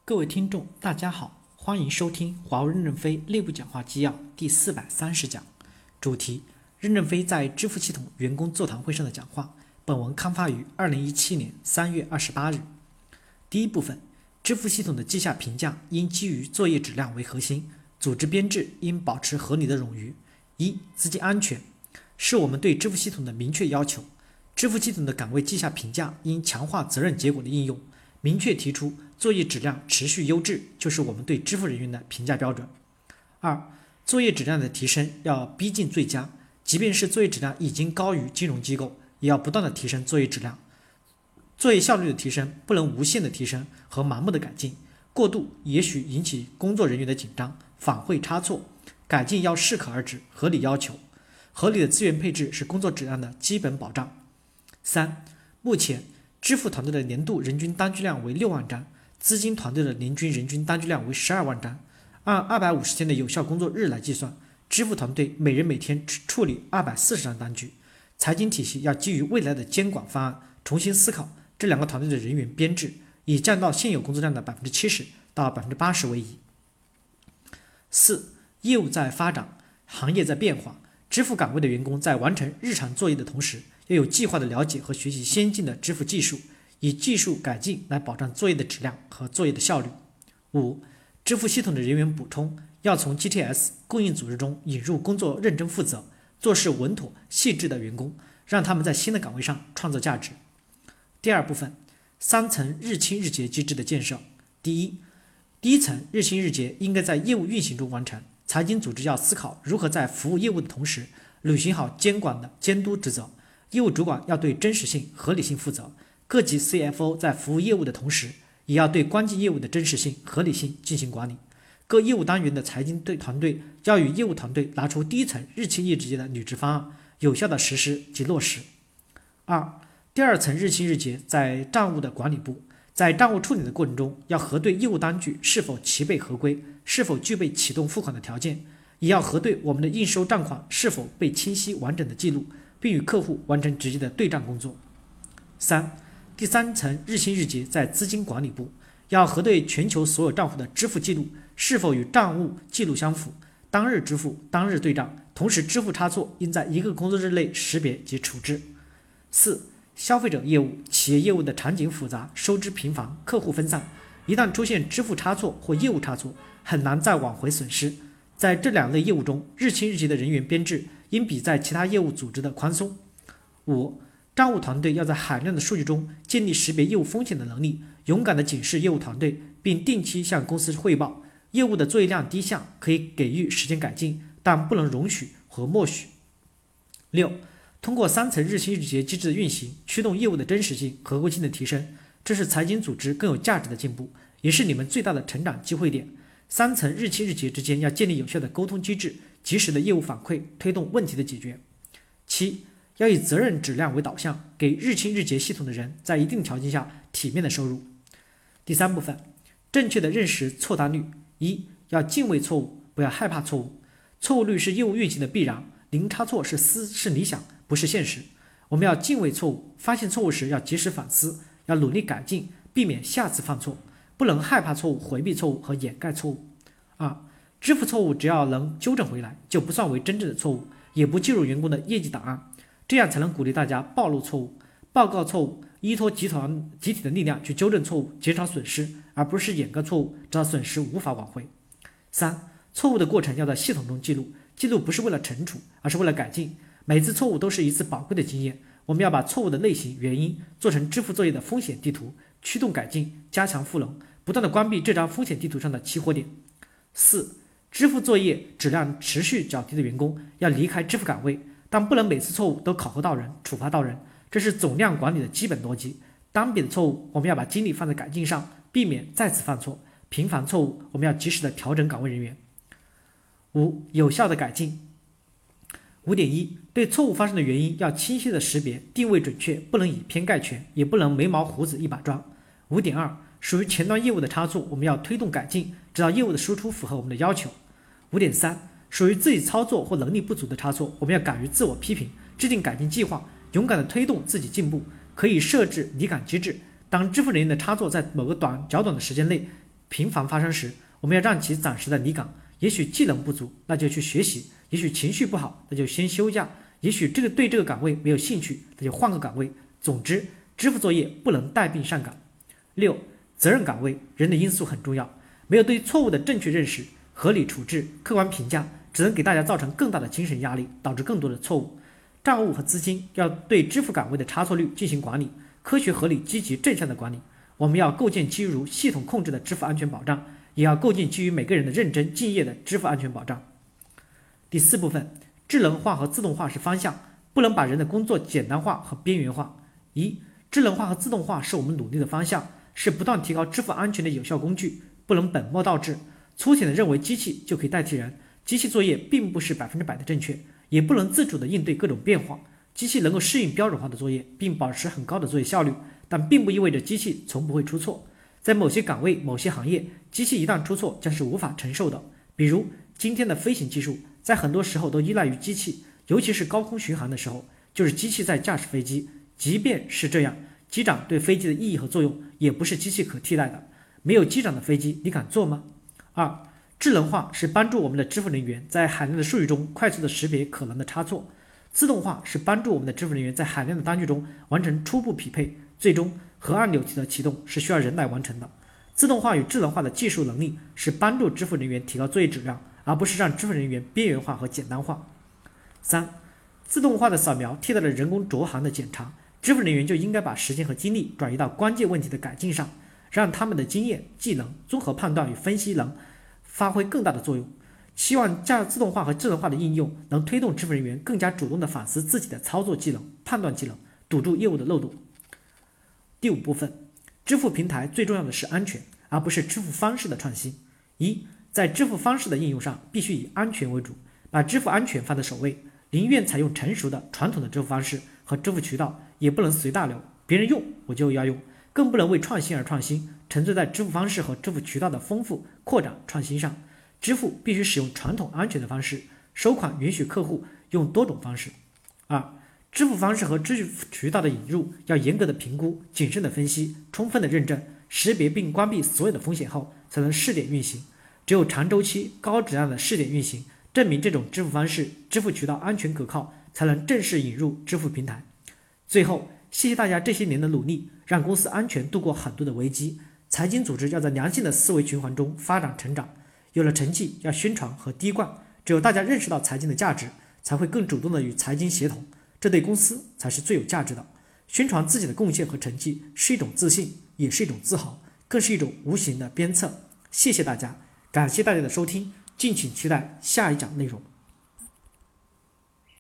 各位听众，大家好，欢迎收听华为任正非内部讲话纪要第430讲，主题：任正非在支付系统员工座谈会上的讲话。本文刊发于2017年3月28日。第一部分，支付系统的绩效评价应基于作业质量为核心，组织编制应保持合理的冗余。一、资金安全是我们对支付系统的明确要求。支付系统的岗位绩效评价应强化责任结果的应用，明确提出作业质量持续优质就是我们对支付人员的评价标准。二、作业质量的提升要逼近最佳，即便是作业质量已经高于金融机构，也要不断的提升作业质量。作业效率的提升不能无限的提升和盲目的改进，过度也许引起工作人员的紧张，反会差错。改进要适可而止，合理要求。合理的资源配置是工作质量的基本保障。三、目前支付团队的年度人均单据量为6万张，资金团队的年均人均单据量为12万张。按250天的有效工作日来计算，支付团队每人每天处理240张单据。财经体系要基于未来的监管方案，重新思考这两个团队的人员编制，以降到现有工作量的70%到80%为宜。四、业务在发展，行业在变化，支付岗位的员工在完成日常作业的同时，要有计划的了解和学习先进的支付技术，以技术改进来保障作业的质量和作业的效率。五、支付系统的人员补充要从 GTS 供应组织中引入工作认真负责、做事稳妥细致的员工，让他们在新的岗位上创造价值。第二部分，3层日清日结机制的建设。第一层日清日结应该在业务运行中完成，财经组织要思考如何在服务业务的同时履行好监管的监督职责，业务主管要对真实性、合理性负责，各级 CFO 在服务业务的同时，也要对关键业务的真实性、合理性进行管理。各业务单元的财经团队要与业务团队拿出第一层日清日结的履职方案，有效的实施及落实。二、第二层日清日结在账务的管理部，在账务处理的过程中，要核对业务单据是否齐备合规，是否具备启动付款的条件，也要核对我们的应收账款是否被清晰完整的记录，并与客户完成直接的对账工作。三、第三层日清日结在资金管理部，要核对全球所有账户的支付记录是否与账务记录相符，当日支付，当日对账，同时支付差错应在1个工作日内识别及处置。四、消费者业务、企业业务的场景复杂，收支频繁，客户分散，一旦出现支付差错或业务差错，很难再挽回损失。在这两类业务中，日清日结的人员编制应比在其他业务组织的宽松。五、账务团队要在海量的数据中建立识别业务风险的能力，勇敢地警示业务团队，并定期向公司汇报。业务的作业量低下可以给予时间改进，但不能容许和默许。六、通过3层日清日结机制的运行，驱动业务的真实性、合规性的提升，这是财经组织更有价值的进步，也是你们最大的成长机会点。3层日清日结之间要建立有效的沟通机制，及时的业务反馈，推动问题的解决。七、要以责任质量为导向，给日清日结系统的人在一定条件下体面的收入。第三部分，正确的认识错单率。一、要敬畏错误，不要害怕错误。错误率是业务运行的必然，零差错是理想，不是现实。我们要敬畏错误，发现错误时要及时反思，要努力改进，避免下次犯错，不能害怕错误、回避错误和掩盖错误。二、支付错误只要能纠正回来，就不算为真正的错误，也不计入员工的业绩档案，这样才能鼓励大家暴露错误、报告错误，依托集体的力量去纠正错误，减少损失，而不是掩盖错误，直到损失无法挽回。三、错误的过程要在系统中记录，记录不是为了惩处，而是为了改进。每次错误都是一次宝贵的经验，我们要把错误的类型、原因做成支付作业的风险地图，驱动改进，加强赋能，不断的关闭这张风险地图上的起火点。四、支付作业质量持续较低的员工要离开支付岗位，但不能每次错误都考核到人、处罚到人，这是总量管理的基本逻辑。单笔的错误，我们要把精力放在改进上，避免再次犯错。频繁错误，我们要及时的调整岗位人员。五、有效的改进。5.1 对错误发生的原因要清晰的识别，定位准确，不能以偏概全，也不能眉毛胡子一把抓。5.2 属于前端业务的差错，我们要推动改进，直到业务的输出符合我们的要求。5.3 属于自己操作或能力不足的差错，我们要敢于自我批评，制定改进计划，勇敢地推动自己进步，可以设置离岗机制，当支付人员的差错在某个较短的时间内频繁发生时，我们要让其暂时的离岗。也许技能不足，那就去学习；也许情绪不好，那就先休假；也许对这个岗位没有兴趣，那就换个岗位。总之，支付作业不能带病上岗。六、责任岗位，人的因素很重要，没有对错误的正确认识、合理处置、客观评价，只能给大家造成更大的精神压力，导致更多的错误。账务和资金要对支付岗位的差错率进行管理，科学合理、积极正向的管理。我们要构建基于系统控制的支付安全保障，也要构建基于每个人的认真敬业的支付安全保障。第四部分，智能化和自动化是方向，不能把人的工作简单化和边缘化。一、智能化和自动化是我们努力的方向，是不断提高支付安全的有效工具，不能本末倒置，粗浅的认为机器就可以代替人。机器作业并不是100%的正确，也不能自主的应对各种变化。机器能够适应标准化的作业，并保持很高的作业效率，但并不意味着机器从不会出错。在某些岗位、某些行业，机器一旦出错将是无法承受的。比如今天的飞行技术，在很多时候都依赖于机器，尤其是高空巡航的时候，就是机器在驾驶飞机。即便是这样，机长对飞机的意义和作用也不是机器可替代的。没有机长的飞机，你敢坐吗？二、智能化是帮助我们的支付人员在海量的数据中快速的识别可能的差错，自动化是帮助我们的支付人员在海量的单据中完成初步匹配，最终核按钮的启动是需要人来完成的。自动化与智能化的技术能力是帮助支付人员提高作业质量，而不是让支付人员边缘化和简单化。三、自动化的扫描替代了人工着行的检查，支付人员就应该把时间和精力转移到关键问题的改进上，让他们的经验、技能、综合判断与分析能发挥更大的作用。希望自动化和智能化的应用能推动支付人员更加主动地反思自己的操作技能、判断技能，堵住业务的漏洞。第五部分，支付平台最重要的是安全，而不是支付方式的创新。一、在支付方式的应用上，必须以安全为主，把支付安全放在首位。宁愿采用成熟的传统的支付方式和支付渠道，也不能随大流，别人用我就要用，更不能为创新而创新，沉醉在支付方式和支付渠道的丰富、扩展、创新上。支付必须使用传统安全的方式，收款允许客户用多种方式。二、支付方式和支付渠道的引入要严格的评估、谨慎的分析、充分的认证、识别并关闭所有的风险后，才能试点运行。只有长周期、高质量的试点运行，证明这种支付方式、支付渠道安全可靠，才能正式引入支付平台。最后，谢谢大家这些年的努力，让公司安全度过很多的危机。财经组织要在良性的思维循环中发展成长，有了成绩要宣传和滴灌，只有大家认识到财经的价值，才会更主动的与财经协同，这对公司才是最有价值的。宣传自己的贡献和成绩是一种自信，也是一种自豪，更是一种无形的鞭策。谢谢大家，感谢大家的收听，敬请期待下一讲内容。